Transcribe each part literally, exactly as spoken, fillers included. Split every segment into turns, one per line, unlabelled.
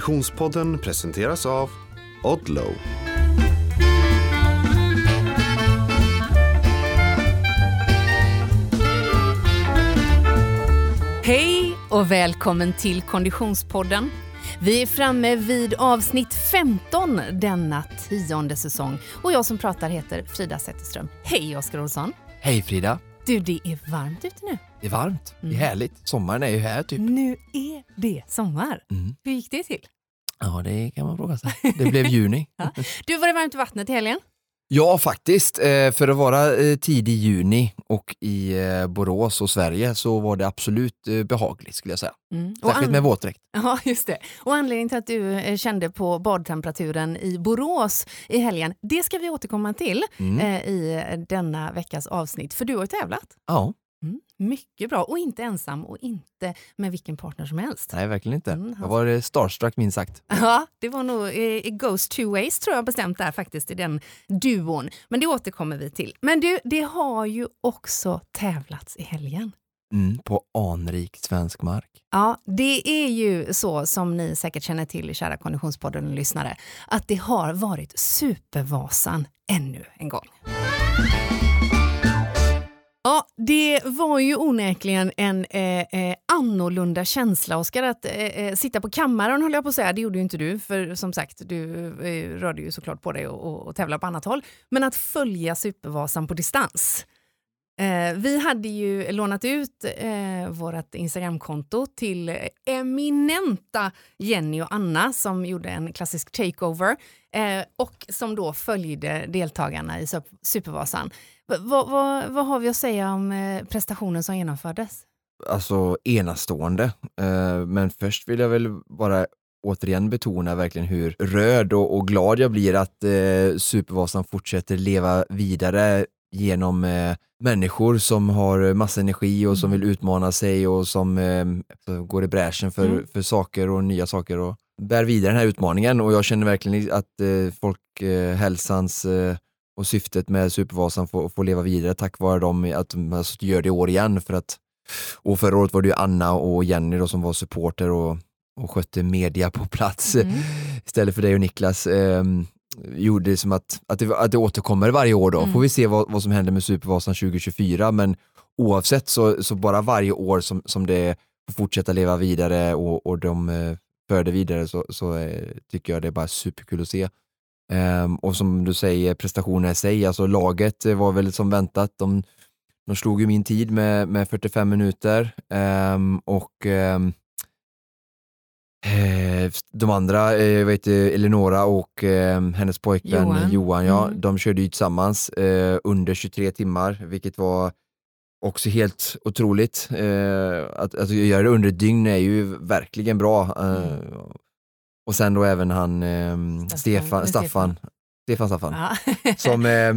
Konditionspodden presenteras av Odlo.
Hej och välkommen till Konditionspodden. Vi är framme vid avsnitt femton denna tionde säsong. Och jag som pratar heter Frida Zetterström. Hej Oskar Olsson.
Hej Frida.
Du, det är varmt ute nu.
Det är varmt, det är
Mm.
härligt. Sommaren är ju här typ.
Nu är det sommar.
Mm.
Hur gick det till?
Ja, det kan man fråga sig. Det blev juni.
Ja. Du, var det varmt i vattnet i helgen?
Ja, faktiskt. För att vara tidig juni och i Borås och Sverige så var det absolut behagligt skulle jag säga.
Mm.
Särskilt
an-
med våtdräkt.
Ja, just det. Och anledningen till att du kände på badtemperaturen i Borås i helgen, det ska vi återkomma till
Mm.
eh, i denna veckas avsnitt. För du har ju tävlat.
Ja,
Mm. Mycket bra. Och inte ensam och inte med vilken partner som helst.
nej verkligen inte.
Mm,
Jag var starstruck minst sagt.
Ja, det var nog eh, Goes Two Ways tror jag bestämt där faktiskt i den duon. Men det återkommer vi till. Men du, det har ju också tävlats i helgen.
Mm, på anrik svensk mark.
Ja, det är ju så som ni säkert känner till, kära Konditionspodden-lyssnare, att det har varit Supervasan ännu en gång. Ja, det var ju onekligen en eh, eh, annorlunda känsla, Oskar, att eh, sitta på kammaren, håller jag på att säga. Det gjorde ju inte du, för som sagt, du eh, rörde ju såklart på dig och, och, och tävla på annat håll. Men att följa Supervasan på distans. Eh, vi hade ju lånat ut eh, vårt Instagramkonto till eminenta Jenny och Anna som gjorde en klassisk takeover eh, och som då följde deltagarna i Sup- Supervasan. V- vad, vad, vad har vi att säga om eh, prestationen som genomfördes?
Alltså enastående. Eh, men först vill jag väl bara återigen betona verkligen hur röd och, och glad jag blir att eh, Supervasan fortsätter leva vidare genom eh, människor som har massa energi och som vill utmana sig och som eh, går i bräschen för,
Mm.
för saker och nya saker och bär vidare den här utmaningen. Och jag känner verkligen att eh, folkhälsans eh, och syftet med Supervasan får, får leva vidare tack vare dem att de alltså, gör det i år igen. För att, och förra året var det ju Anna och Jenny då, som var supporter och, och skötte media på plats
Mm.
istället för dig och Niklas. Eh, gjorde det som att, att, det, att det återkommer varje år då.
Mm.
Får vi se vad, vad som händer med Supervasan tjugo tjugofyra, men oavsett så, så bara varje år som, som det får fortsätta leva vidare och, och de eh, för det vidare så, så eh, tycker jag det är bara superkul att se. Um, och som du säger, prestationen i sig, alltså laget var väl som väntat, de, de slog ju min tid med, med fyrtiofem minuter um, och um, de andra, jag vet Eleonora och eh, hennes pojkvän
Johan,
Johan ja,
mm.
de körde ju tillsammans eh, under tjugotre timmar, vilket var också helt otroligt. Eh, att, att göra det under ett dygn är ju verkligen bra. Eh,
Mm.
Och sen då även han eh,
Staffan,
Stefan, Staffan, Stefan, Staffan,
Ja.
som, eh,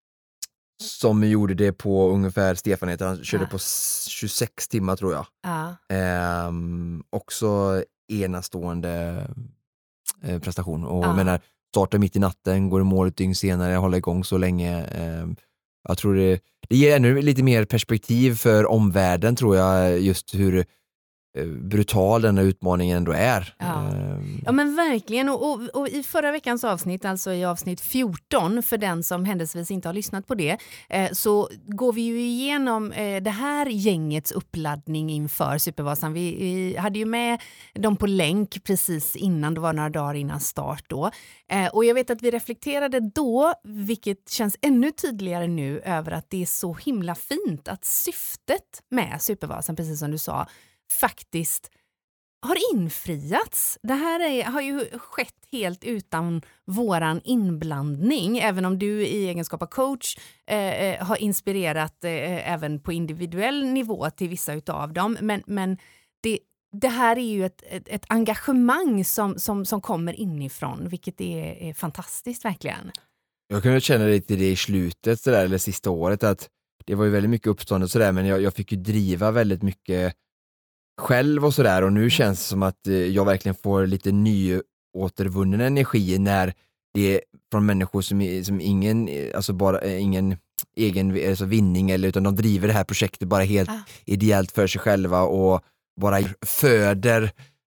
som gjorde det på ungefär, Stefan heter han, körde
Ja.
på tjugosex timmar tror jag.
Ja.
Eh, också enastående eh, prestation och
Ja.
jag menar, startar mitt i natten, går i mål ett dygn senare, håller igång så länge. Eh, jag tror det, det ger ännu lite mer perspektiv för omvärlden tror jag, just hur eh, brutal den här utmaningen ändå är.
Ja.
Eh,
Ja men verkligen, och, och, och i förra veckans avsnitt, alltså i avsnitt fjorton, för den som händelsevis inte har lyssnat på det, eh, så går vi ju igenom eh, det här gängets uppladdning inför Supervasan. Vi, vi hade ju med dem på länk precis innan, det var några dagar innan start då. Eh, och jag vet att vi reflekterade då, vilket känns ännu tydligare nu, över att det är så himla fint att syftet med Supervasan, precis som du sa, faktiskt har infriats. Det här är, har ju skett helt utan våran inblandning, även om du i egenskap av coach eh, har inspirerat eh, även på individuell nivå till vissa utav dem. Men, men det, det här är ju ett, ett, ett engagemang som, som, som kommer inifrån, vilket är, är fantastiskt verkligen.
Jag kunde känna lite det i slutet sådär, eller sista året, att det var ju väldigt mycket uppstånd och sådär, men jag, jag fick ju driva väldigt mycket själv och sådär, och nu känns det som att jag verkligen får lite ny återvunnen energi när det är från människor som, som ingen, alltså bara ingen egen alltså vinning, eller, utan de driver det här projektet bara helt ah. ideellt för sig själva och bara föder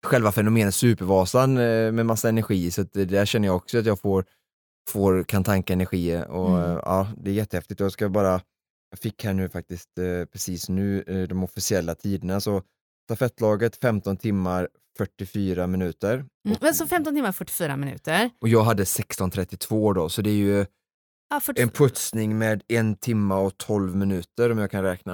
själva fenomenet Supervasan eh, med massa energi, så att det där känner jag också att jag får, får kan tanka energi och
Mm.
eh, ja, det är jättehäftigt. Jag ska bara, jag fick här nu faktiskt eh, precis nu eh, de officiella tiderna, så stafettlaget femton timmar fyrtiofyra minuter.
Mm. Alltså femton timmar fyrtiofyra minuter.
Och jag hade sexton trettiotvå då, så det är ju
Ja, fyrtiofyra.
en putsning med en timme och tolv minuter om jag kan räkna.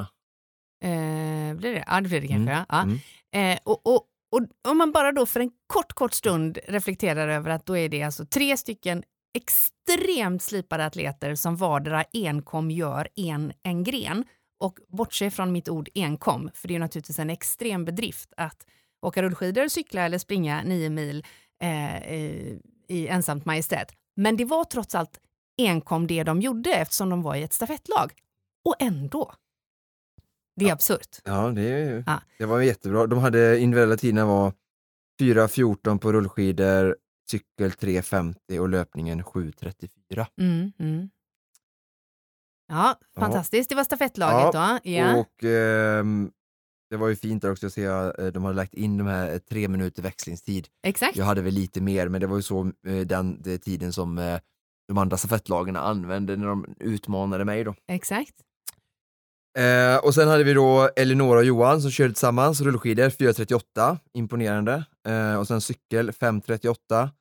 Eh, blir det? Ja, det blir det kanske.
Mm.
Ja.
Mm.
Eh, och, och, och om man bara då för en kort, kort stund reflekterar över att då är det alltså tre stycken extremt slipade atleter som vardera enkom gör en, en gren. Och bortse från mitt ord enkom, för det är ju naturligtvis en extrem bedrift att åka rullskidor, cykla eller springa nio mil eh, i, i ensamt majestät. Men det var trots allt enkom det de gjorde eftersom de var i ett stafettlag. Och ändå. Det är
Ja.
absurt.
Ja, det,
Ja.
det var jättebra. De hade individuella tiderna var fyra fjorton på rullskidor, cykel tre femtio och löpningen sju trettiofyra.
Mm, mm. Ja, fantastiskt. Det var stafettlaget
Ja,
då. Ja.
Och ehm, det var ju fint där också att se att de hade lagt in de här tre minuter växlingstid.
Exakt.
Jag hade väl lite mer, men det var ju så eh, den, den tiden som eh, de andra stafettlagen använde när de utmanade mig då.
Exakt.
Eh, och sen hade vi då Elinora och Johan som körde tillsammans rullskidor fyra trettioåtta, imponerande. Eh, och sen cykel fem trettioåtta.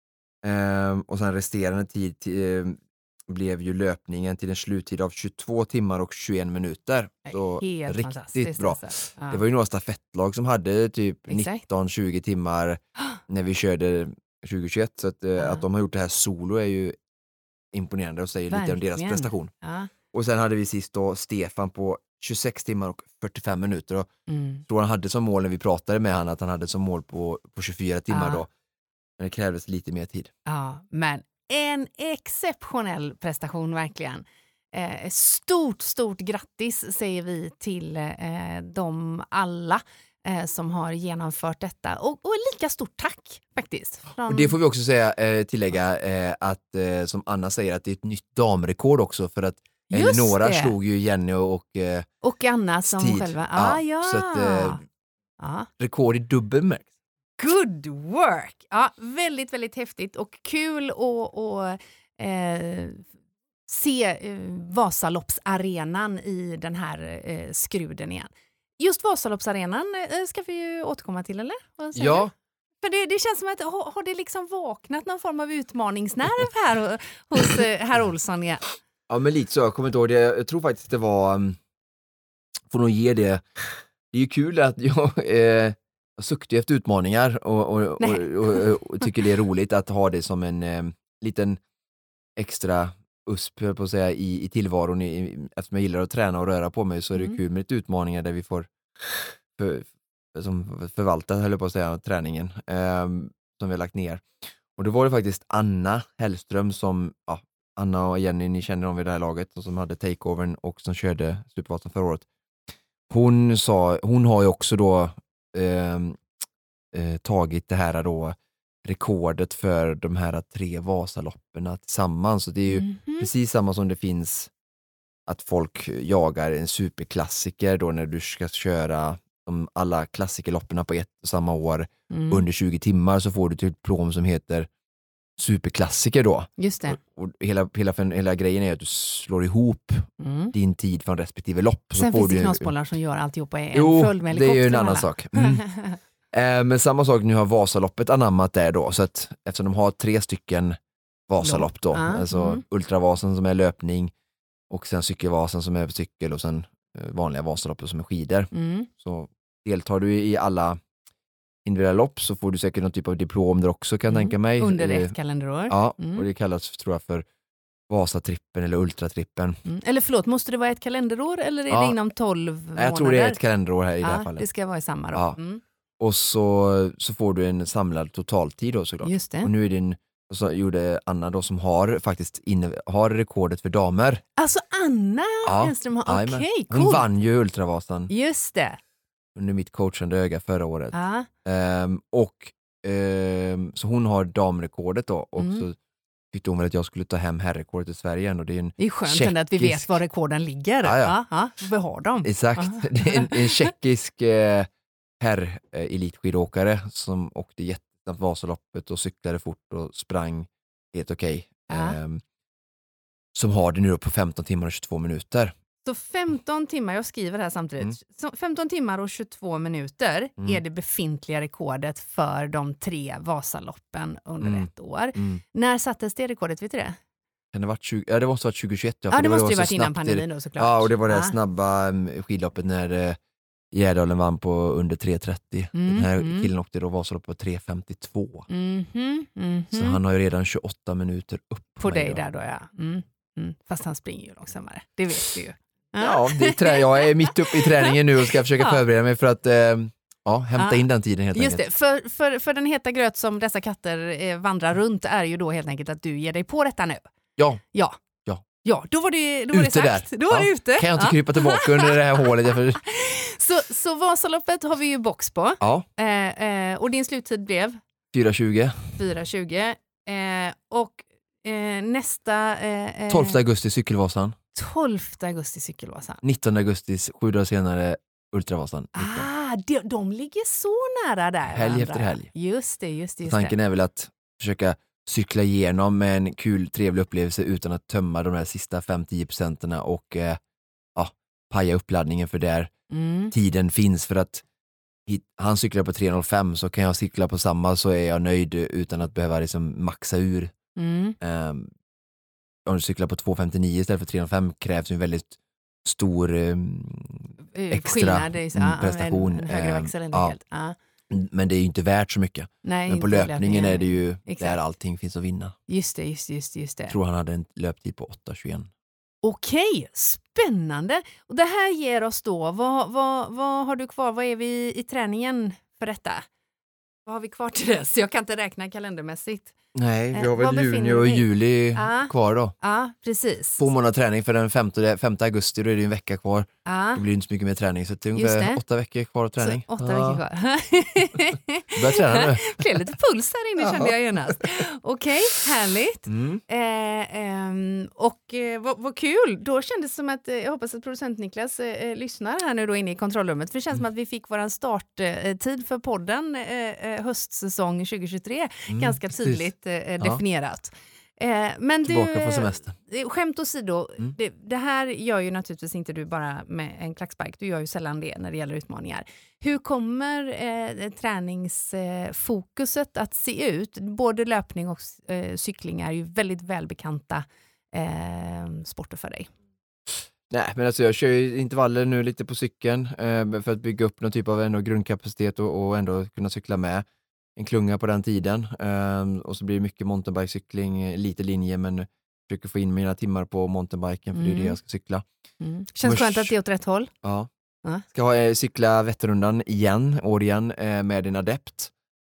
Eh, och sen resterande tid till, eh, blev ju löpningen till en sluttid av tjugotvå timmar och tjugoen minuter. Så
Helt
riktigt
fantastiskt,
bra.
alltså. Ja.
Det var ju några stafettlag som hade typ
Exakt.
nitton tjugo timmar när vi körde tjugohundratjugoett, så att, eh,
Ja.
att de har gjort det här solo är ju imponerande och säger lite om deras
Verkligen.
prestation.
Ja.
Och sen hade vi sist då Stefan på tjugosex timmar och fyrtiofem minuter, och
Mm.
jag tror han hade som mål när vi pratade med han att han hade som mål på, på tjugofyra timmar
Ja.
då. Men det krävdes lite mer tid.
Ja, men en exceptionell prestation verkligen. Eh, stort, stort grattis säger vi till eh, de alla eh, som har genomfört detta. Och, och lika stort tack faktiskt. Från...
Och det får vi också säga, eh, tillägga eh, att eh, som Anna säger att det är ett nytt damrekord också, för att
Just
Elinora
det.
slog ju Jenny och eh,
Och Anna som
tid.
själva... Ah, ja.
Ja, så att, eh,
ja.
rekord i dubbelmärkt.
Good work! Ja, väldigt, väldigt häftigt och kul att och, eh, se eh, Vasaloppsarenan i den här eh, skruden igen. Just Vasaloppsarenan eh, ska vi ju återkomma till, eller? Vad säger
Ja.
du? För det, det känns som att har, har det liksom vaknat någon form av utmaningsnerv här hos eh, herr Olsson igen?
Ja, men lite så, jag kommer inte ihåg det. Jag tror faktiskt det var, um, får nog ge det. Det är ju kul att jag eh, jag suktar efter utmaningar och, och, och, och, och tycker det är roligt att ha det som en eh, liten extra usp på att säga, i, i tillvaron. I, eftersom jag gillar att träna och röra på mig, så är det
Mm.
kul med lite utmaningar där vi får för, för, som förvalta, höll jag på att säga, träningen eh, som vi har lagt ner. Och då var det faktiskt Anna Hellström som, ja, Anna och Jenny, ni känner dem vid det här laget, och som hade takeovern och som körde Supervasan förra året. Hon sa, hon har ju också då eh, eh, tagit det här då rekordet för de här tre Vasalopperna tillsammans. Så det är ju
Mhm.
precis samma som det finns att folk jagar en superklassiker då när du ska köra de alla klassikerlopperna på ett och samma år
Mm.
under tjugo timmar, så får du till ett prom som heter superklassiker då.
Just det.
Och, och hela, hela, hela grejen är att du slår ihop
Mm.
din tid från respektive lopp. Så
Sen
får
finns
du
det
en-
knaspbollar som gör alltihopa i en
Jo,
följd med
det är ju en
helikopter
annan
och
sak.
alla.
Mm. Eh, men samma sak, nu har Vasaloppet anammat där då, så att eftersom de har tre stycken Vasalopp då,
Ja,
alltså
mm.
Ultravasan som är löpning och sen Cykelvasan som är cykel och sen eh, vanliga Vasaloppet som är skidor.
Mm.
Så deltar du i alla individuella lopp så får du säkert någon typ av diplom där också, kan jag
Mm.
tänka mig.
Under
Eh,
ett kalenderår.
Ja,
Mm.
och det kallas, tror jag, för Vasatrippen eller Ultratrippen.
Mm. Eller förlåt, måste det vara ett kalenderår eller är
Ja.
det inom tolv månader?
Jag tror det är ett kalenderår här i det här
Ja,
fallet.
det ska vara i samma då.
Ja.
Mm.
Och så, så får du en samlad totaltid då, såklart.
Just det.
Och nu är det en, och så gjorde Anna då, som har faktiskt inne, har rekordet för damer.
Alltså Anna
Ja,
Hellström, har-
jajamän.
okej,
Hon
cool.
vann ju Ultravasan
Just det.
under mitt coachande öga förra året.
Ja.
Ehm, och ehm, så hon har damrekordet då, och
Mm.
så tyckte hon väl att jag skulle ta hem herrekordet i Sverige, och det är en
Det är skönt
Tjeckisk-
ändå att vi vet var rekorden ligger.
Ja, ja.
Ja, ja, vi har dem.
exakt,
Ja.
det är en, en tjeckisk eh, herr eh, elitskidåkare som åkte jättesnabbt Vasaloppet och cyklade fort och sprang helt okej.
Ja.
Eh, som har det nu på femton timmar och tjugotvå minuter.
Så femton timmar, jag skriver här samtidigt,
Mm.
så femton timmar och tjugotvå minuter
Mm.
är det befintliga rekordet för de tre Vasaloppen under
Mm.
ett år.
Mm.
När sattes det rekordet, vet du det?
Kan det, varit tjugo, ja, det måste ha varit tjugohundratjugoett. Ja,
Ja,
för
det
var-
måste
var
ju
så
varit innan
snabbt i-
pandemin då såklart.
Ja, och det var det
Ja.
snabba um, skidloppet när uh, Gärdalen vann på under tre trettio.
Mm,
Den här
mm.
killen åkte då Vasaloppet på tre femtiotvå.
Mhm, mhm.
Så han har ju redan tjugoåtta minuter upp
På
mig
dig
då.
där då, ja. Mm. Mm. Fast han springer ju långsammare, det vet vi ju.
Ja, det är trä- jag är mitt uppe i träningen nu och ska försöka
Ja.
förbereda mig för att eh, ja, hämta
Ja.
in den tiden helt
Just
enkelt.
det, för, för, för den heta gröt som dessa katter eh, vandrar runt är ju då helt enkelt att du ger dig på detta nu.
Ja,
Ja.
Ja.
Ja, då var det, då var det
ute
sagt.
där.
Då var
Ja.
det ute.
Kan jag inte
Ja.
krypa tillbaka under det här hålet? För...
Så, så Vasaloppet har vi ju box på.
Ja,
Eh, eh, och din sluttid blev
fyra tjugo.
fyra tjugo. Eh, och eh, nästa... Eh, eh,
tolfte augusti Cykelvasan.
tolfte augusti Cykelvasan.
nittonde augusti, sju dagar senare, Ultravasan. nitton.
Ah, de, de ligger så nära där.
Helg
varandra.
efter helg.
Just det, just det. Just
Tanken
det.
är väl att försöka cykla igenom med en kul, trevlig upplevelse utan att tömma de här sista fem till tio procenterna och eh, ja, paja uppladdningen för där
Mm.
tiden finns. För att hit, han cyklar på tre noll fem, så kan jag cykla på samma, så är jag nöjd utan att behöva liksom maxa ur.
Mm.
Um, om du cyklar på två femtionio istället för tre noll fem krävs ju en väldigt stor um,
Eh,
extra
skillnad, det är så,
mm,
ja,
prestation.
En, en högre
Eh,
växel helt
ja.
enkelt. Ja.
men det är ju inte värt så mycket.
Nej,
Men på
inte
löpningen är det ju
Exakt.
där allting finns att vinna.
Just det, just, just, just det.
Jag tror han hade en löptid på åtta tjugoett.
Okej, spännande. Och det här ger oss då, vad, vad, vad har du kvar? Vad är vi i träningen för detta? Vad har vi kvar till dess? Jag kan inte räkna kalendermässigt.
Nej, vi
Eh,
har
var
väl
befinner
juni
du
och
dig?
juli
Ja.
kvar då.
Ja, precis.
Två månader träning för den femte, femte augusti, då är det ju en vecka kvar.
Ja,
Det blir inte så mycket mer träning, så det är
Just
ungefär
det.
åtta veckor kvar av träning.
så åtta
Ja.
veckor kvar.
Börja träna nu.
Det blev lite puls här inne, kände jag genast. Okej, härligt.
Mm.
Eh, ehm, och eh, vad, vad kul, då kändes det som att eh, jag hoppas att producent Niklas eh, lyssnar här nu då inne i kontrollrummet, för det känns som att vi fick våran starttid för podden eh, eh, höstsäsong tjugo tjugotre
Mm,
ganska
precis.
tydligt eh, definierat. Eh, men
Tillbaka
du,
från semester.
eh, skämt åsido,
Mm.
det, det här gör ju naturligtvis inte du bara med en klackspark, du gör ju sällan det när det gäller utmaningar. Hur kommer eh, träningsfokuset att se ut? Både löpning och eh, cykling är ju väldigt välbekanta eh, sporter för dig.
Nej, men alltså jag kör ju intervaller nu lite på cykeln eh, för att bygga upp någon typ av ändå grundkapacitet och, och ändå kunna cykla med en klunga på den tiden. Eh, och så blir det mycket mountainbikecykling, lite linje, men försöker få in mina timmar på mountainbiken, för det är det
Mm.
jag ska cykla.
Mm. Känns
Mors-
skönt att det är åt rätt håll.
Ja.
Ja.
Ska ha, eh, cykla Vätternrundan igen, år igen, eh, med en adept.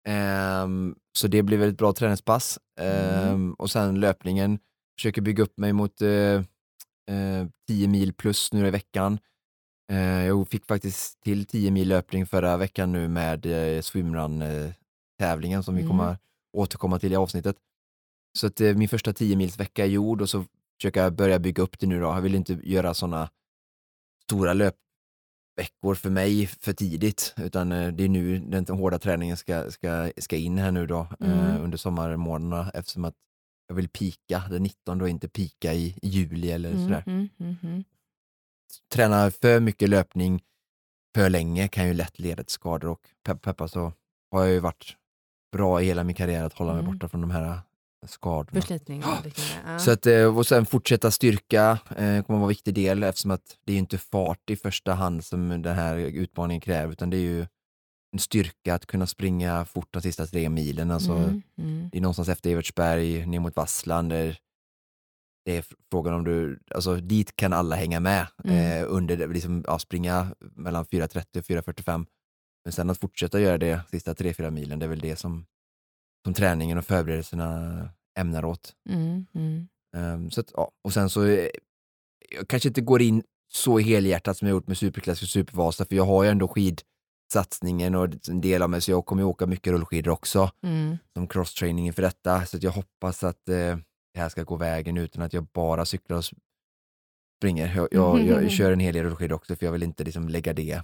Ehm, så det blir väldigt bra träningspass. Ehm,
Mm.
Och sen löpningen, försöker bygga upp mig mot eh, eh, tio mil plus nu i veckan. Eh, jag fick faktiskt till tio mil löpning förra veckan nu med eh, swimrun-tävlingen som vi
Mm.
kommer återkomma till i avsnittet. Så att eh, min första tio mils vecka är gjord, och så försöker jag börja bygga upp det nu då. Jag vill inte göra sådana stora löpveckor för mig för tidigt, utan eh, det är nu den hårda träningen ska, ska, ska in här nu då
Mm.
eh, under sommarmånaderna, eftersom att jag vill pika den nittonde och inte pika i juli eller
Mm,
sådär.
mm, mm, mm.
Träna för mycket löpning för länge kan ju lätt leda till skador, och pepp, peppa så har jag ju varit bra i hela min karriär att hålla mig
Mm.
borta från de här skadorna.
Förslitning. och liknande. Ja.
Så att, eh, och sen fortsätta styrka eh, kommer att vara en viktig del, eftersom att det är ju inte fart i första hand som den här utmaningen kräver, utan det är ju en styrka att kunna springa fort de sista tre milen. Alltså,
Mm, mm.
det är någonstans efter Evertsberg ner mot Vassland där det är frågan om du, alltså dit kan alla hänga med
Mm.
eh, under det, liksom, ja, springa mellan fyra trettio och fyra fyrtiofem, men sen att fortsätta göra det sista tre fyra milen, det är väl det som, som träningen och förberedelserna ämnar åt.
Mm, mm.
Um, så att, ja. Och sen så eh, jag kanske inte går in så helhjärtat som jag gjort med Superklassisk och Supervasa, för jag har ju ändå skidsatsningen och en del av mig, så jag kommer ju åka mycket rullskidor också
Mm.
som crosstraining inför detta, så att jag hoppas att eh, det här ska gå vägen utan att jag bara cyklar och springer. Jag, jag, jag kör en hel del rullskidor också, för jag vill inte liksom lägga det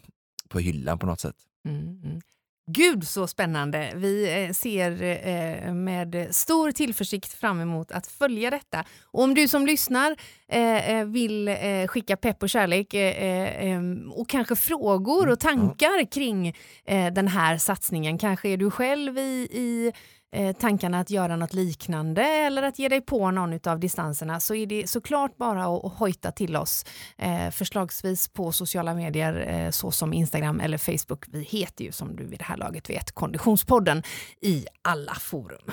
på hyllan på något sätt.
Mm, mm. Gud så spännande. Vi eh, ser eh, med stor tillförsikt fram emot att följa detta. Och om du som lyssnar eh, vill eh, skicka pepp och kärlek eh, eh, och kanske frågor och tankar kring eh, den här satsningen. Kanske är du själv i, i eh, tankarna att göra något liknande eller att ge dig på någon av distanserna, så är det såklart bara att, att hojta till oss. Eh, förslagsvis på sociala medier eh, såsom Instagram eller Facebook. Vi heter ju, som du vid det här laget vet, Konditionspodden i alla forum.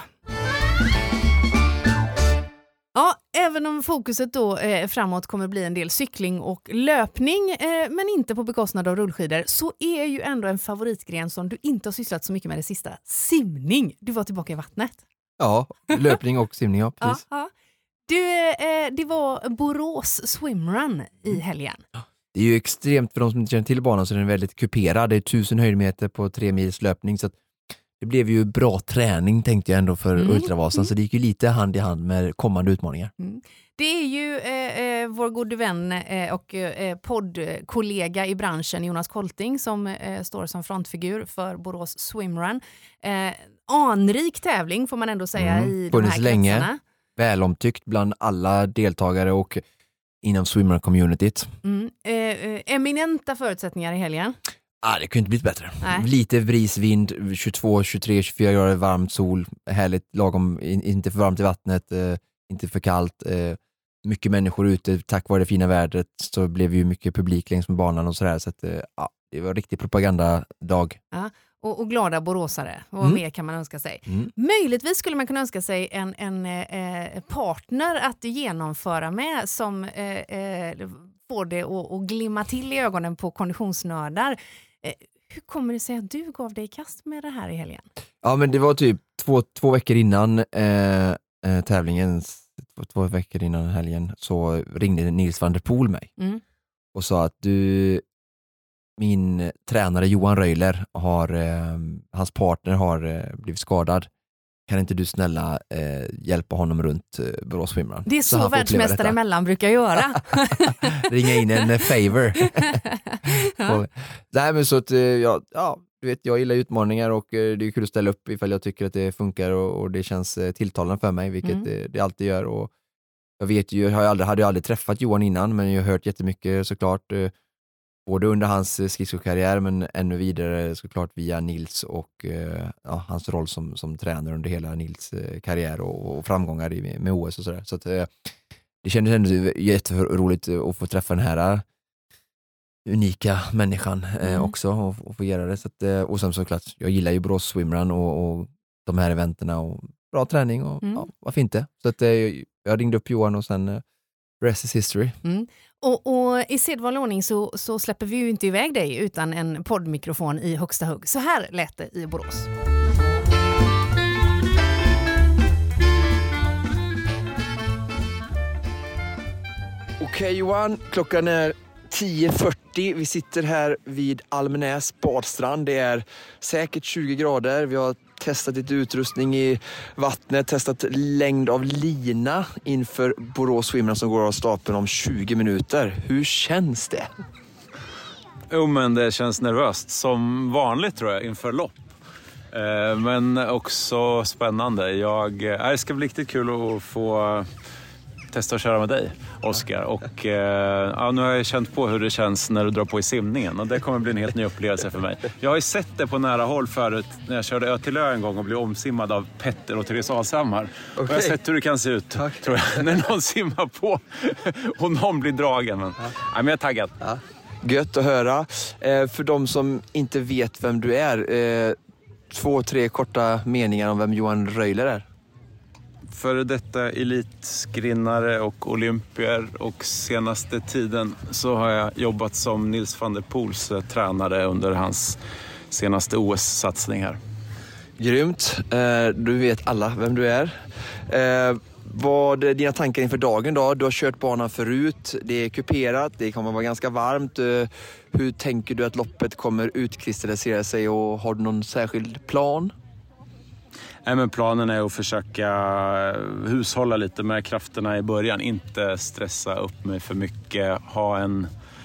Ja, även om fokuset då eh, framåt kommer bli en del cykling och löpning, eh, men inte på bekostnad av rullskidor, så är ju ändå en favoritgren som du inte har sysslat så mycket med det sista, simning. Du var tillbaka i vattnet.
Ja, löpning och simning, ja, precis.
Ja, ja. Du, eh, det var Borås Swimrun i helgen.
Det är ju extremt, för de som inte känner till banan så är den väldigt kuperad. Det är tusen höjdmeter på tre mils löpning, så att det blev ju bra träning tänkte jag ändå för mm. Ultravasan, så det gick ju lite hand i hand med kommande utmaningar. Mm.
Det är ju eh, vår gode vän eh, och eh, poddkollega i branschen Jonas Kolting som eh, står som frontfigur för Borås Swimrun. Eh, anrik tävling får man ändå säga mm. i de här kretsarna. Länge,
välomtyckt bland alla deltagare och inom swimrun-communityt.
Mm. Eh, eminenta förutsättningar i helgen.
Ah, det kunde inte blivit bättre.
Nej.
Lite brisvind, tjugotvå, tjugotre, tjugofyra grader varmt sol, härligt, lagom, inte för varmt i vattnet, eh, inte för kallt. Eh, mycket människor ute, tack vare det fina vädret så blev ju mycket publik längs med banan och sådär, så att, eh, ja, det var en riktig propagandadag.
Ja. Och, och glada boråsare. Vad
mm.
mer kan man önska sig?
Mm.
Möjligtvis skulle man kunna önska sig en, en eh, partner att genomföra med som eh, eh, får det att, att glimma till i ögonen på konditionsnördar. Eh, hur kommer det sig att du gav dig i kast med det här i helgen?
Ja, men det var typ två, två veckor innan eh, eh, tävlingen, två, två veckor innan helgen, så ringde Nils van der Poel mig
mm.
och sa att du... Min tränare Johan Röjler, har, eh, hans partner har eh, blivit skadad. Kan inte du snälla eh, hjälpa honom runt eh, Borås Swimrun?
Det är så, så världsmästare emellan brukar göra.
Ringa in en favor.
ja.
och, nej, men så att, eh, ja, ja, du vet, jag gillar utmaningar och eh, det är kul att ställa upp ifall jag tycker att det funkar och, och det känns eh, tilltalande för mig, vilket mm. det, det alltid gör. Och jag vet ju, jag har aldrig, hade jag aldrig träffat Johan innan, men jag har hört jättemycket såklart. Eh, Både under hans skridskokarriär men ännu vidare såklart via Nils och eh, ja, hans roll som, som tränare under hela Nils eh, karriär och, och framgångar i, med O S och sådär. Så att, eh, det kändes ändå jätteroligt att få träffa den här unika människan eh, mm. också och, och få göra det. Så att, eh, och sen såklart, jag gillar ju Borås Swimrun och, och de här eventerna och bra träning och mm. ja, varför inte? Så att, eh, jag ringde upp Johan och sen eh, rest is history.
Mm. Och, och i sedvanlig ordning så, så släpper vi ju inte iväg dig utan en poddmikrofon i högsta hugg. Så här lät det i Borås.
Okej Johan, klockan är tio fyrtio. Vi sitter här vid Almenäs badstrand. Det är säkert tjugo grader. Vi har testat lite utrustning i vattnet, testat längd av lina inför Borås Swimrun som går av stapeln om tjugo minuter. Hur känns det?
Jo, men det känns nervöst som vanligt tror jag inför lopp. Eh, men också spännande. Jag, eh, det ska bli riktigt kul att få testa att köra med dig, Oskar. Och eh, ja, nu har jag känt på hur det känns när du drar på i simningen. Och det kommer bli en helt ny upplevelse för mig. Jag har ju sett det på nära håll förut när jag körde Ö till Ö en gång och blev omsimmad av Petter och Therese Alshammar. Okay. Och jag har sett hur det kan se ut, Tack. tror jag, när någon simmar på och någon blir dragen. Men, ja. Ja, men jag är taggad.
Ja. Gött att höra. Eh, för de som inte vet vem du är, eh, två, tre korta meningar om vem Johan Röjler är.
Före detta elitskrinnare och olympier, och senaste tiden så har jag jobbat som Nils van der Poels tränare under hans senaste O S-satsning här.
Grymt. Eh, du vet alla vem du är. Eh, vad är dina tankar inför dagen då? Du har kört banan förut, det är kuperat, det kommer vara ganska varmt. Eh, hur tänker du att loppet kommer utkristallisera sig och har du någon särskild plan?
Nej, men planen är att försöka hushålla lite med krafterna i början. Inte stressa upp mig för mycket. Ha en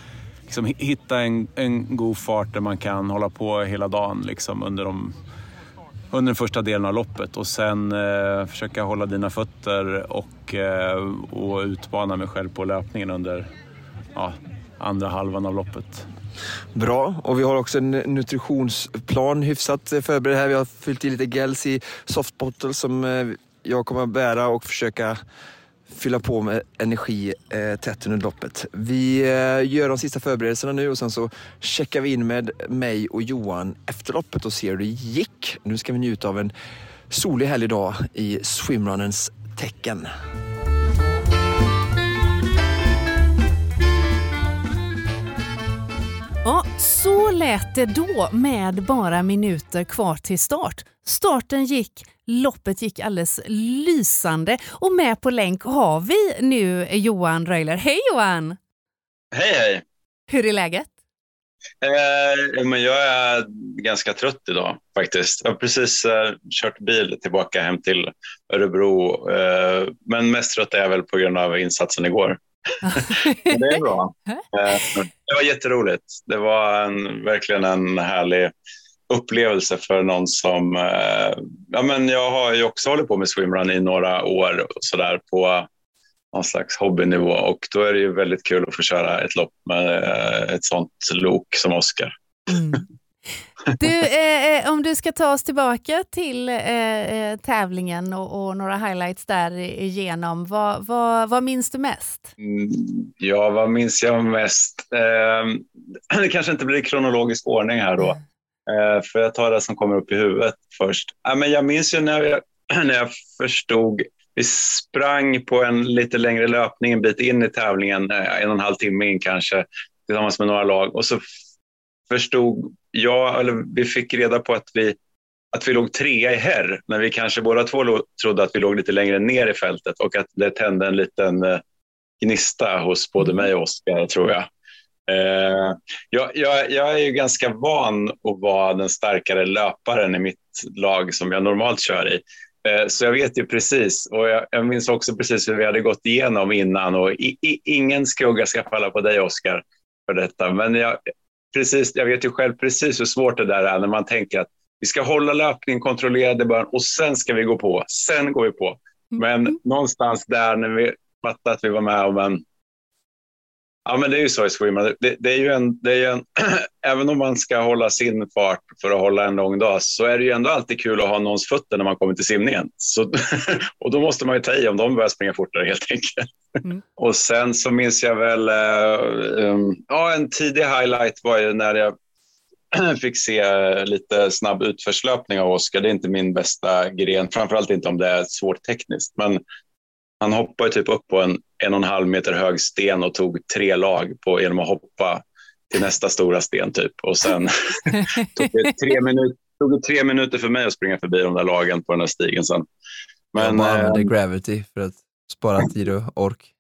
liksom hitta en, en god fart där man kan hålla på hela dagen liksom under, de, under den första delen av loppet. Och sen eh, försöka hålla dina fötter och, eh, och utmana mig själv på löpningen under ja, andra halvan av loppet.
Bra, och vi har också en nutritionsplan hyfsat förberedd här. Vi har fyllt i lite gels i softbottle som jag kommer att bära och försöka fylla på med energi eh, tätt under loppet. Vi eh, gör de sista förberedelserna nu och sen så checkar vi in med mig och Johan efter loppet och ser hur det gick. Nu ska vi njuta av en solig härlig dag i swimrunnens tecken.
Ja, så lät det då med bara minuter kvar till start. Starten gick, loppet gick alldeles lysande och med på länk har vi nu Johan Röjler. Hej Johan!
Hej hej!
Hur är läget?
Eh, men jag är ganska trött idag faktiskt. Jag har precis eh, kört bil tillbaka hem till Örebro. Eh, men mest trött är jag väl på grund av insatsen igår. Det är bra. Eh, det var jätteroligt. Det var en, verkligen en härlig upplevelse för någon som... Eh, ja, men jag har ju också hållit på med swimrun i några år och sådär på någon slags hobbynivå, och då är det ju väldigt kul att få köra ett lopp med eh, ett sånt lok som Oskar.
Mm. Du, eh, om du ska ta oss tillbaka till eh, tävlingen och, och några highlights där igenom, vad, vad, vad minns du mest?
Mm, ja, vad minns jag mest? Eh, det kanske inte blir kronologisk ordning här då, eh, för jag tar det som kommer upp i huvudet först. Eh, men jag minns ju när jag, när jag förstod, vi sprang på en lite längre löpning en bit in i tävlingen, en och en halv timme in kanske, tillsammans med några lag, och så förstod jag, eller vi fick reda på att vi, att vi låg trea i herr, när vi kanske båda två lo- trodde att vi låg lite längre ner i fältet, och att det tände en liten eh, gnista hos både mig och Oskar, tror jag. Eh, jag, jag. Jag är ju ganska van att vara den starkare löparen i mitt lag som jag normalt kör i. Eh, så jag vet ju precis, och jag, jag minns också precis hur vi hade gått igenom innan, och i, i, ingen skugga ska falla på dig, Oskar, för detta. Men jag, precis, jag vet ju själv precis hur svårt det där är när man tänker att vi ska hålla löpningen kontrollerad i början och sen ska vi gå på, sen går vi på. Men mm. någonstans där när vi fattade att vi var med om en... Ja, men det är ju så i swimrun. Det, det är ju en... Det är ju en även om man ska hålla sin fart för att hålla en lång dag, så är det ju ändå alltid kul att ha någons fötter när man kommer till simningen. Så, och då måste man ju ta i om de börjar springa fortare, helt enkelt. Mm. Och sen så minns jag väl... Uh, um, ja, en tidig highlight var ju när jag fick se lite snabb utförslöpning av Oskar. Det är inte min bästa gren, framförallt inte om det är svårt tekniskt. Men han hoppade typ upp på en en och en halv meter hög sten och tog tre lag på, genom att hoppa till nästa stora sten typ. Och sen tog, det tre minuter, tog det tre minuter för mig att springa förbi de där lagen på den här stigen sen. Men
jag bara använde
äh,
gravity för att spara tid och ork.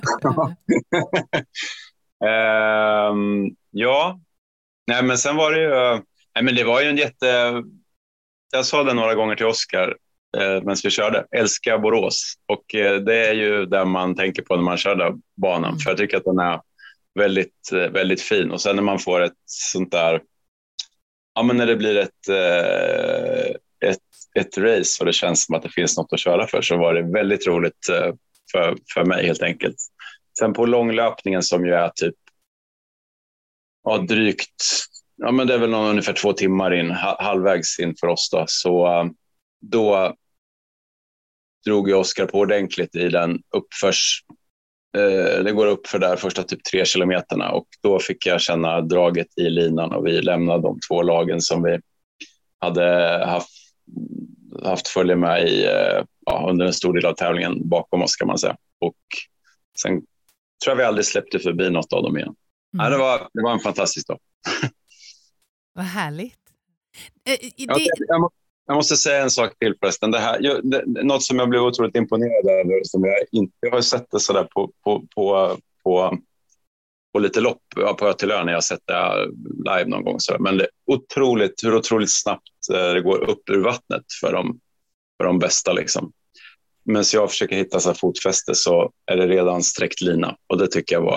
ähm, ja, nej men sen var det ju, nej men det var ju en jätte, jag sa det några gånger till Oskar eh, medan vi körde, älska Borås, och eh, det är ju där man tänker på när man kör där banan, mm. för jag tycker att den är väldigt, väldigt fin, och sen när man får ett sånt där, ja men när det blir ett, eh, ett, ett race och det känns som att det finns något att köra för, så var det väldigt roligt eh, för, för mig helt enkelt. Sen på långlöpningen som ju är typ ja, drygt, ja men det är väl någon, ungefär två timmar in, halvvägs in för oss då, så då drog jag Oskar på ordentligt i den uppförs, eh, det går upp för där första typ tre kilometerna, och då fick jag känna draget i linan och vi lämnade de två lagen som vi hade haft, haft följa med i eh, ja, under en stor del av tävlingen bakom oss, kan man säga, och sen tror jag vi aldrig släppte förbi något av dem igen. Mm. Ja, det, var, det var en fantastisk dag.
Vad härligt.
Eh, det... jag, jag, må, jag måste säga en sak till förresten. Det här, jag, det, något som jag blev otroligt imponerad över, som jag inte jag har sett det sådär på, på, på, på, på lite lopp på Ötelön när jag har sett det live någon gång. Så. Men det är otroligt, hur otroligt snabbt det går upp ur vattnet för de, för de bästa liksom. Men så jag försöker hitta så här fotfäste, så är det redan sträckt lina, och det tycker jag var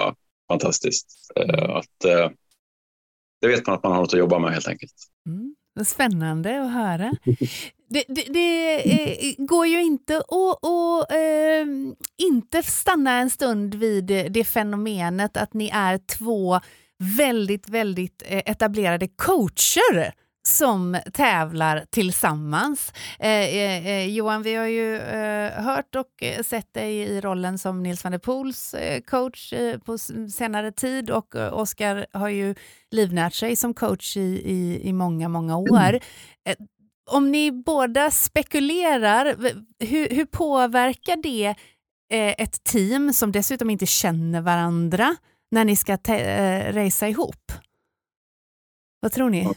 fantastiskt. Eh, att, eh, det vet man att man har något att jobba med helt enkelt.
Mm. Spännande att höra. Det, det, det eh, går ju inte att, att eh, inte stanna en stund vid det fenomenet att ni är två väldigt, väldigt etablerade coacher som tävlar tillsammans. Eh, eh, Johan, vi har ju eh, hört och sett dig i rollen som Nils van der Poels eh, coach eh, på senare tid, och eh, Oskar har ju livnärt sig som coach i, i, i många, många år. Eh, om ni båda spekulerar, hur, hur påverkar det eh, ett team som dessutom inte känner varandra när ni ska te- eh, racea ihop? Vad tror ni?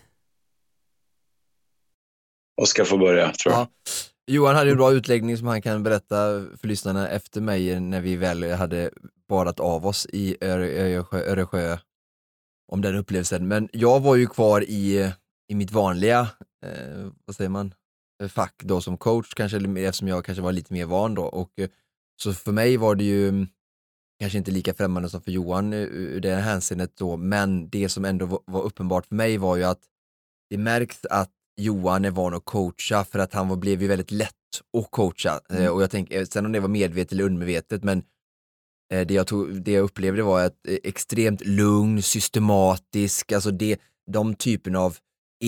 Oskar får börja, tror jag.
Ja. Johan hade en bra utläggning som han kan berätta för lyssnarna efter mig när vi väl hade badat av oss i Öresjö, Öresjö om den upplevelsen. Men jag var ju kvar i, i mitt vanliga eh, vad säger man, fack då som coach, kanske, eftersom jag kanske var lite mer van då. Och, eh, så för mig var det ju kanske inte lika främmande som för Johan ur det hänseendet då, men det som ändå var, var uppenbart för mig var ju att det märks att Johan är van att coacha, för att han var, blev ju väldigt lätt att coacha. Mm. Eh, och jag tänker, sen om det var medvetet eller undermedvetet, men eh, det, jag tog, det jag upplevde var att eh, extremt lugn, systematisk, alltså det, de typen av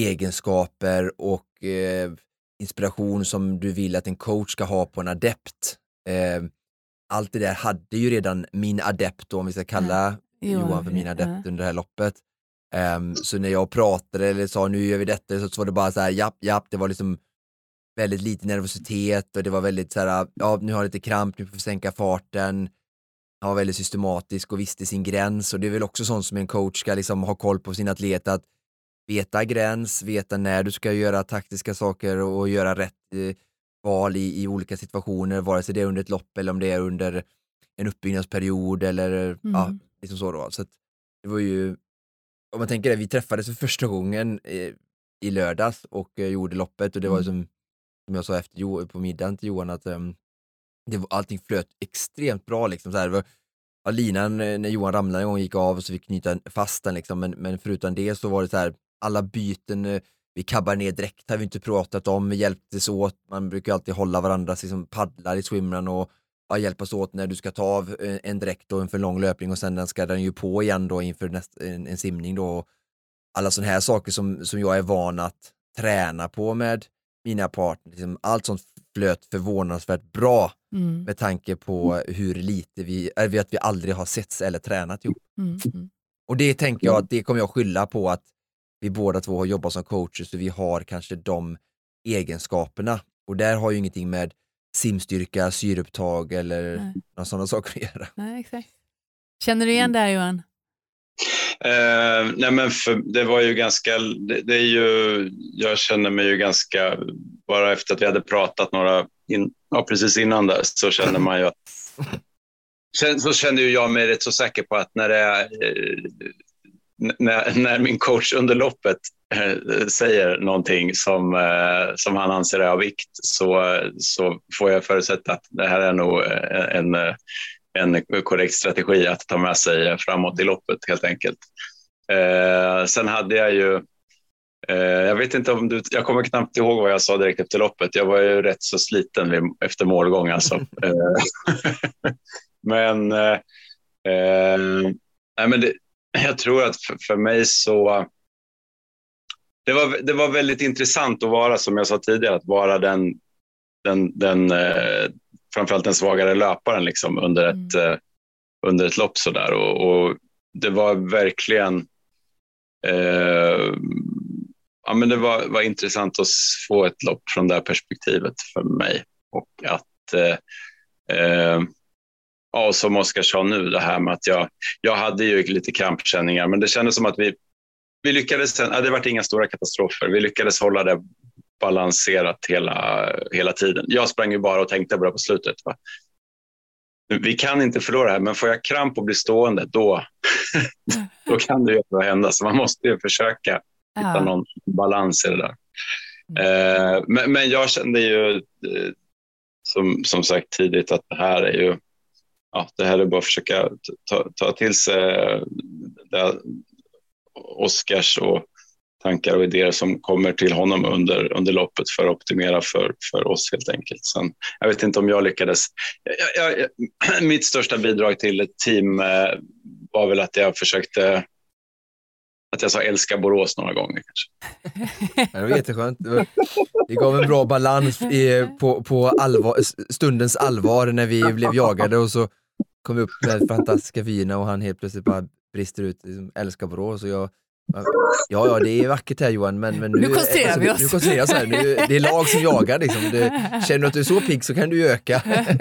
egenskaper och eh, inspiration som du vill att en coach ska ha på en adept. Eh, allt det där hade ju redan min adept då, om vi ska kalla mm. Johan för min adept mm. under det här loppet. Um, så när jag pratade eller sa nu gör vi detta, så, så var det bara så här japp, japp, det var liksom väldigt lite nervositet och det var väldigt så här, ja nu har jag lite kramp, nu får vi sänka farten. Han var väldigt systematisk och visste sin gräns, och det är väl också sånt som en coach ska liksom ha koll på sin atlet, att veta gräns, veta när du ska göra taktiska saker och göra rätt eh, val i, i olika situationer, vare sig det är under ett lopp eller om det är under en uppbyggnadsperiod eller mm. ja, liksom så då. Så att det var ju, om man tänker det, vi träffades för första gången eh, i lördags och eh, gjorde loppet, och det var som, som jag sa efter jo, på middagen till Johan att um, det var, allting flöt extremt bra liksom så här. Det var, ja, linan när Johan ramlade en gång gick av så vi knyta fast den liksom, men, men förutom det så var det så här, alla byten eh, vi kabbar ner direkt, har vi inte pratat om, vi hjälptes åt, man brukar alltid hålla varandra liksom paddlar i swimrun och ja, hjälpas åt när du ska ta av en direkt och en för lång löpning, och sen den ska den ju på igen då inför nästa, en, en simning då. Alla sådana här saker som, som jag är van att träna på med mina partner. Liksom, allt sånt flöt förvånansvärt bra mm. med tanke på hur lite vi, är att vi aldrig har setts eller tränat ihop. Mm. Mm. Och det tänker jag att det kommer jag skylla på att vi båda två har jobbat som coacher, så vi har kanske de egenskaperna. Och där har ju ingenting med simstyrka, syreupptag eller några sådana saker att göra.
Nej, exakt. Känner du igen det här, Johan?
Uh, nej men för, det var ju ganska, det, det är ju, jag känner mig ju ganska, bara efter att vi hade pratat några, in, ja, precis innan där, så känner man ju att, så kände ju jag mig rätt så säker på att när det är, när, när min coach under loppet eh, säger någonting som, eh, som han anser är av vikt, så, så får jag förutsätta att det här är nog en, en korrekt strategi att ta med sig framåt i loppet helt enkelt. Eh, sen hade jag ju, eh, jag vet inte om du, jag kommer knappt ihåg vad jag sa direkt efter loppet. Jag var ju rätt så sliten vid, efter målgång alltså. men eh, eh, nej, men det, jag tror att för, för mig så det var, det var väldigt intressant att vara, som jag sa tidigare, att vara den, den, den eh, framförallt den svagare löparen liksom, under, ett, mm. eh, under ett lopp sådär. Och, och det var verkligen eh, ja, men det var, var intressant att få ett lopp från det här perspektivet för mig. Och att eh, eh, ja, som Oskar sa nu, det här med att jag, jag hade ju lite krampkänningar, men det kändes som att vi, vi lyckades, ja, det var inga stora katastrofer, vi lyckades hålla det balanserat hela, hela tiden. Jag sprang ju bara och tänkte bara på slutet, va? Vi kan inte förlora här, men får jag kramp och bli stående, då, då kan det ju hända, så man måste ju försöka hitta ja. någon balans i det där. Mm. Eh, men, men jag kände ju eh, som, som sagt tidigt att det här är ju ja, det här är bara att försöka ta, ta till sig det, Oskars och tankar och idéer som kommer till honom under, under loppet för att optimera för, för oss helt enkelt. Sen, jag vet inte om jag lyckades. Jag, jag, mitt största bidrag till ett team eh, var väl att jag försökte att jag sa älska Borås några gånger kanske.
Det var jätteskönt. Det gav en bra balans i, på, på allvar, stundens allvar när vi blev jagade och så kom vi upp med fantastiska viner och han helt plötsligt bara brister ut liksom, älska Borås och jag ja, ja, det är vackert här Johan, men, men nu,
nu koncentrerar
alltså,
vi oss.
Nu koncentrerar oss här. Nu, det är lag som jagar liksom. Du, känner du att du är så pigg så kan du ju öka.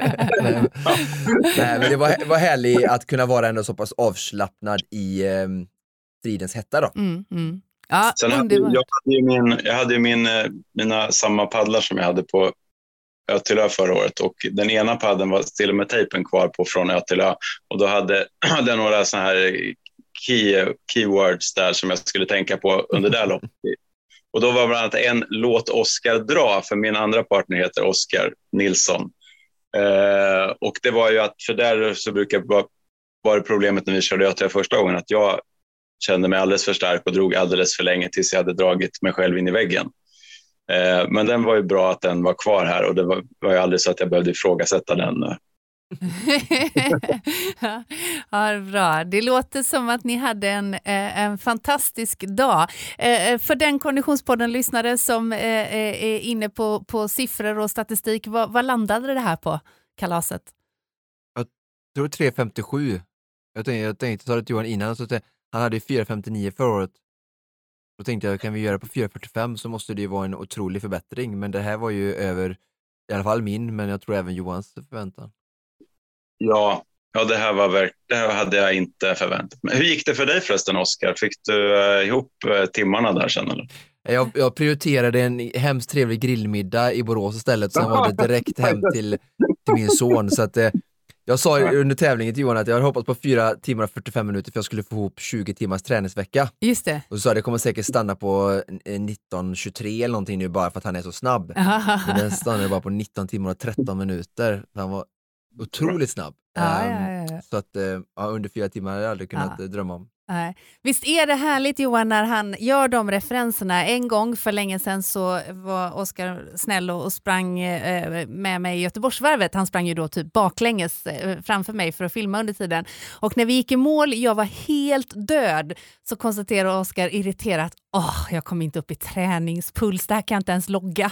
Nej, men det var, var härligt att kunna vara ändå så pass avslappnad i eh, stridens hetta då.
Mm, mm. Ja,
Sen hade, jag hade ju min, jag hade ju min, mina samma paddlar som jag hade på Ötilö förra året och den ena paddeln var till och med tejpen kvar på från Ötilö och då hade jag några såna här key, keywords där som jag skulle tänka på under det loppet. Och då var bland annat en låt Oskar dra, för min andra partner heter Oskar Nilsson. Eh, och det var ju att, för där så brukar vara, var problemet när vi körde Ötilö första gången, att jag kände mig alldeles för stark och drog alldeles för länge tills jag hade dragit mig själv in i väggen. Eh, men den var ju bra att den var kvar här och det var, var ju aldrig så att jag behövde ifrågasätta den.
Ja, bra. Det låter som att ni hade en, en fantastisk dag. För den Konditionspodden-lyssnare som är inne på, på siffror och statistik, vad, vad landade det här på, kalaset?
Jag tror tre femtiosju. Jag tänkte, jag tänkte ta det till Johan innan, så att han hade fyra femtionio förra året. Då tänkte jag, kan vi göra på fyra fyrtiofem så måste det ju vara en otrolig förbättring. Men det här var ju över, i alla fall min, men jag tror även Johans förväntan.
Ja, ja det här var verk- det här hade jag inte förväntat mig. Hur gick det för dig förresten, Oskar? Fick du uh, ihop uh, timmarna där sen eller?
Jag, jag prioriterade en hemskt trevlig grillmiddag i Borås istället, som var det direkt hem till, till min son. Så att, eh, jag sa under tävlingen till Johan att jag hade hoppats på fyra timmar och fyrtiofem minuter för jag skulle få ihop tjugo timmars träningsvecka.
Just det.
Och så sa jag, det kommer säkert stanna på nitton tjugotre eller någonting nu bara för att han är så snabb. Men den stannade bara på nitton timmar och tretton minuter. Han var otroligt snabb.
Ja, ja, ja, ja.
Så att ja, under fyra timmar hade jag aldrig kunnat
Ja.
drömma om.
Nej. Visst är det härligt, Johan, när han gör de referenserna. En gång för länge sedan så var Oskar snäll och sprang eh, med mig i Göteborgsvarvet. Han sprang ju då typ baklänges eh, framför mig för att filma under tiden. Och när vi gick i mål, jag var helt död, så konstaterade Oskar irriterat: åh, jag kom inte upp i träningspuls, det här kan jag inte ens logga.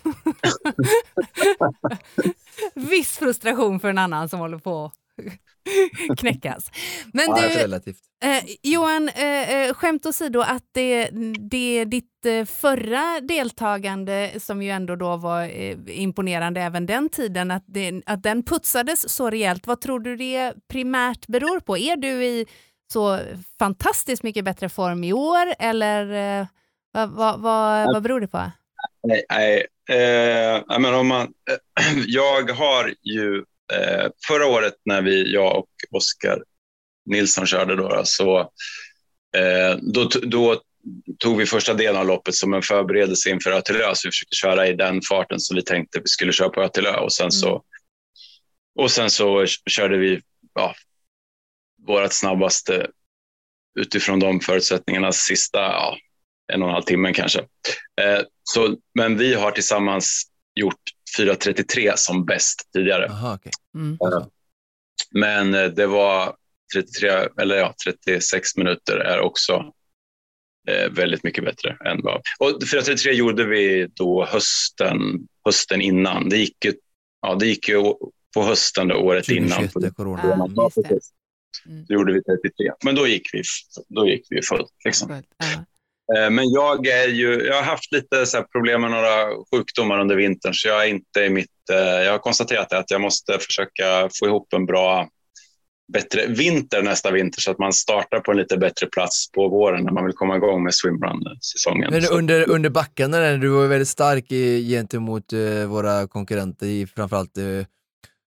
Viss frustration för en annan som håller på knäckas. Men
Ja,
du,
relativt.
eh, Johan, eh, skämt åsido, att det, det ditt eh, förra deltagande, som ju ändå då var eh, imponerande även den tiden, att, det, att den putsades så rejält. Vad tror du det primärt beror på? Är du i så fantastiskt mycket bättre form i år, eller eh, vad, vad, vad, vad beror det på?
Nej, nej. Eh, men om man, eh, jag har ju eh, förra året när vi, jag och Oskar Nilsson körde då, så eh, då, då tog vi första delen av loppet som en förberedelse inför Ötilö, så vi försökte köra i den farten som vi tänkte vi skulle köra på Ötilö, och sen så, mm. och sen så körde vi ja, vårt snabbaste utifrån de förutsättningarna sista ja, en och en halv timmen kanske. Eh, så, men vi har tillsammans gjort fyra trettiotre som bäst tidigare.
Aha, okay.
Mm.
Eh, men det var trettiotre, eller ja, trettiosex minuter är också eh, väldigt mycket bättre än vad. Och fyra trettiotre gjorde vi då hösten, hösten innan. Det gick ju, ja, det gick ju på hösten det året innan.
Corona.
Ja, just det.
Mm. Då gjorde vi trettiotre. Men då gick vi, då gick vi fullt liksom.
Uh-huh.
Men jag är ju, jag har haft lite så här problem med några sjukdomar under vintern, så jag är inte i mitt, jag har konstaterat att jag måste försöka få ihop en bra, bättre vinter nästa vinter, så att man startar på en lite bättre plats på våren när man vill komma igång med swimrun-säsongen.
Men under, under backarna där, du var väldigt stark i, gentemot uh, våra konkurrenter i framförallt uh, mm.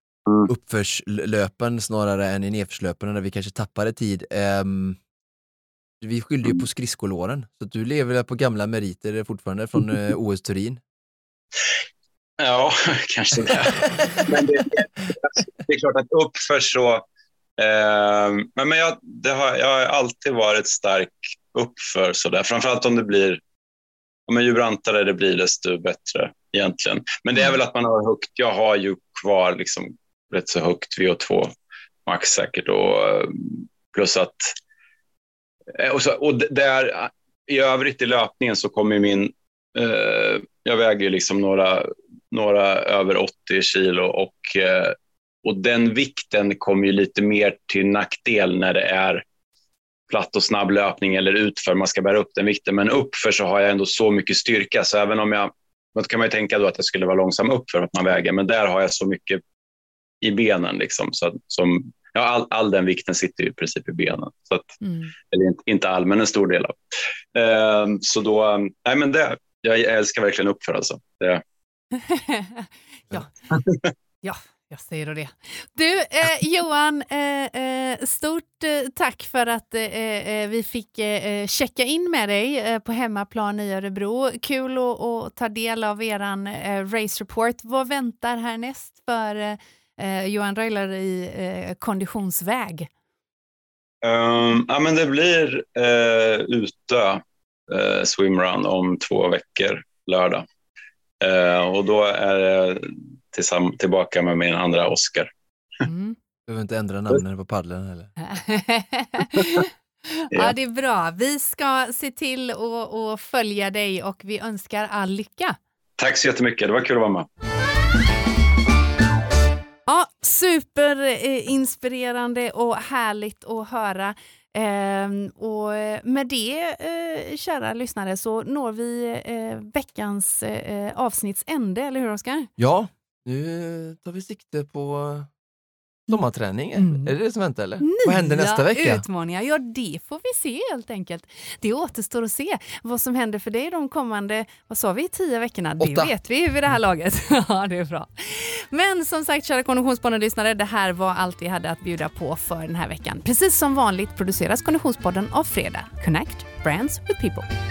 uppförslöpen snarare än i nedförslöpen, där vi kanske tappade tid. Um, Vi skyllde ju på skridskolåren, så du lever på gamla meriter fortfarande från eh, O S Turin.
Ja, kanske det. Men det, det är klart att uppför så... Eh, men men jag, det har, jag har alltid varit stark uppför sådär. Framförallt om det blir... Om ju brantare det blir, desto bättre egentligen. Men det är väl att man har högt... Jag har ju kvar liksom rätt så högt V O två max säkert. Och plus att... Och, så, och där, i övrigt i löpningen så kommer min... Eh, jag väger liksom några, några över åttio kilo och, eh, och den vikten kommer ju lite mer till nackdel när det är platt och snabb löpning eller utför. Man ska bära upp den vikten, men uppför så har jag ändå så mycket styrka, så även om jag... Då kan man ju tänka då att jag skulle vara långsam uppför att man väger, men där har jag så mycket i benen liksom, så att, som... Ja, all, all den vikten sitter ju i princip i benen. Så att, mm. Eller inte, inte all, men en stor del av. Uh, så då, nej men det, jag älskar verkligen uppför alltså. Det.
ja. ja, jag säger då det. Du, eh, Johan, eh, eh, stort eh, tack för att eh, vi fick eh, checka in med dig eh, på hemmaplan i Örebro. Kul att, att ta del av eran eh, race report. Vad väntar härnäst för... Eh, Eh, Johan Reuler i eh, konditionsväg?
Um, ja, men det blir eh, Utö eh, swimrun om två veckor, lördag. Eh, och då är det tillsamm- tillbaka med min andra Oscar.
Mm. Du behöver inte ändra namnen på paddeln eller?
Ja, det är bra. Vi ska se till att följa dig och vi önskar all lycka.
Tack så jättemycket, det var kul att vara med.
Ja, superinspirerande och härligt att höra. Eh, och med det, eh, kära lyssnare, så når vi eh, veckans eh, avsnittsände, eller hur Oskar?
Ja, nu tar vi sikte på sommarträning. Mm. Är det det som väntar eller?
Nya
vad händer nästa vecka?
Utmaningar, ja det får vi se helt enkelt. Det återstår att se vad som händer för dig de kommande, vad sa vi, tio veckorna?
Åtta.
Det vet vi vid det här laget. Ja, det är bra. Men som sagt, kära Konditionspodden-lyssnare, det här var allt vi hade att bjuda på för den här veckan. Precis som vanligt produceras Konditionspodden av Fredag. Connect Brands with People.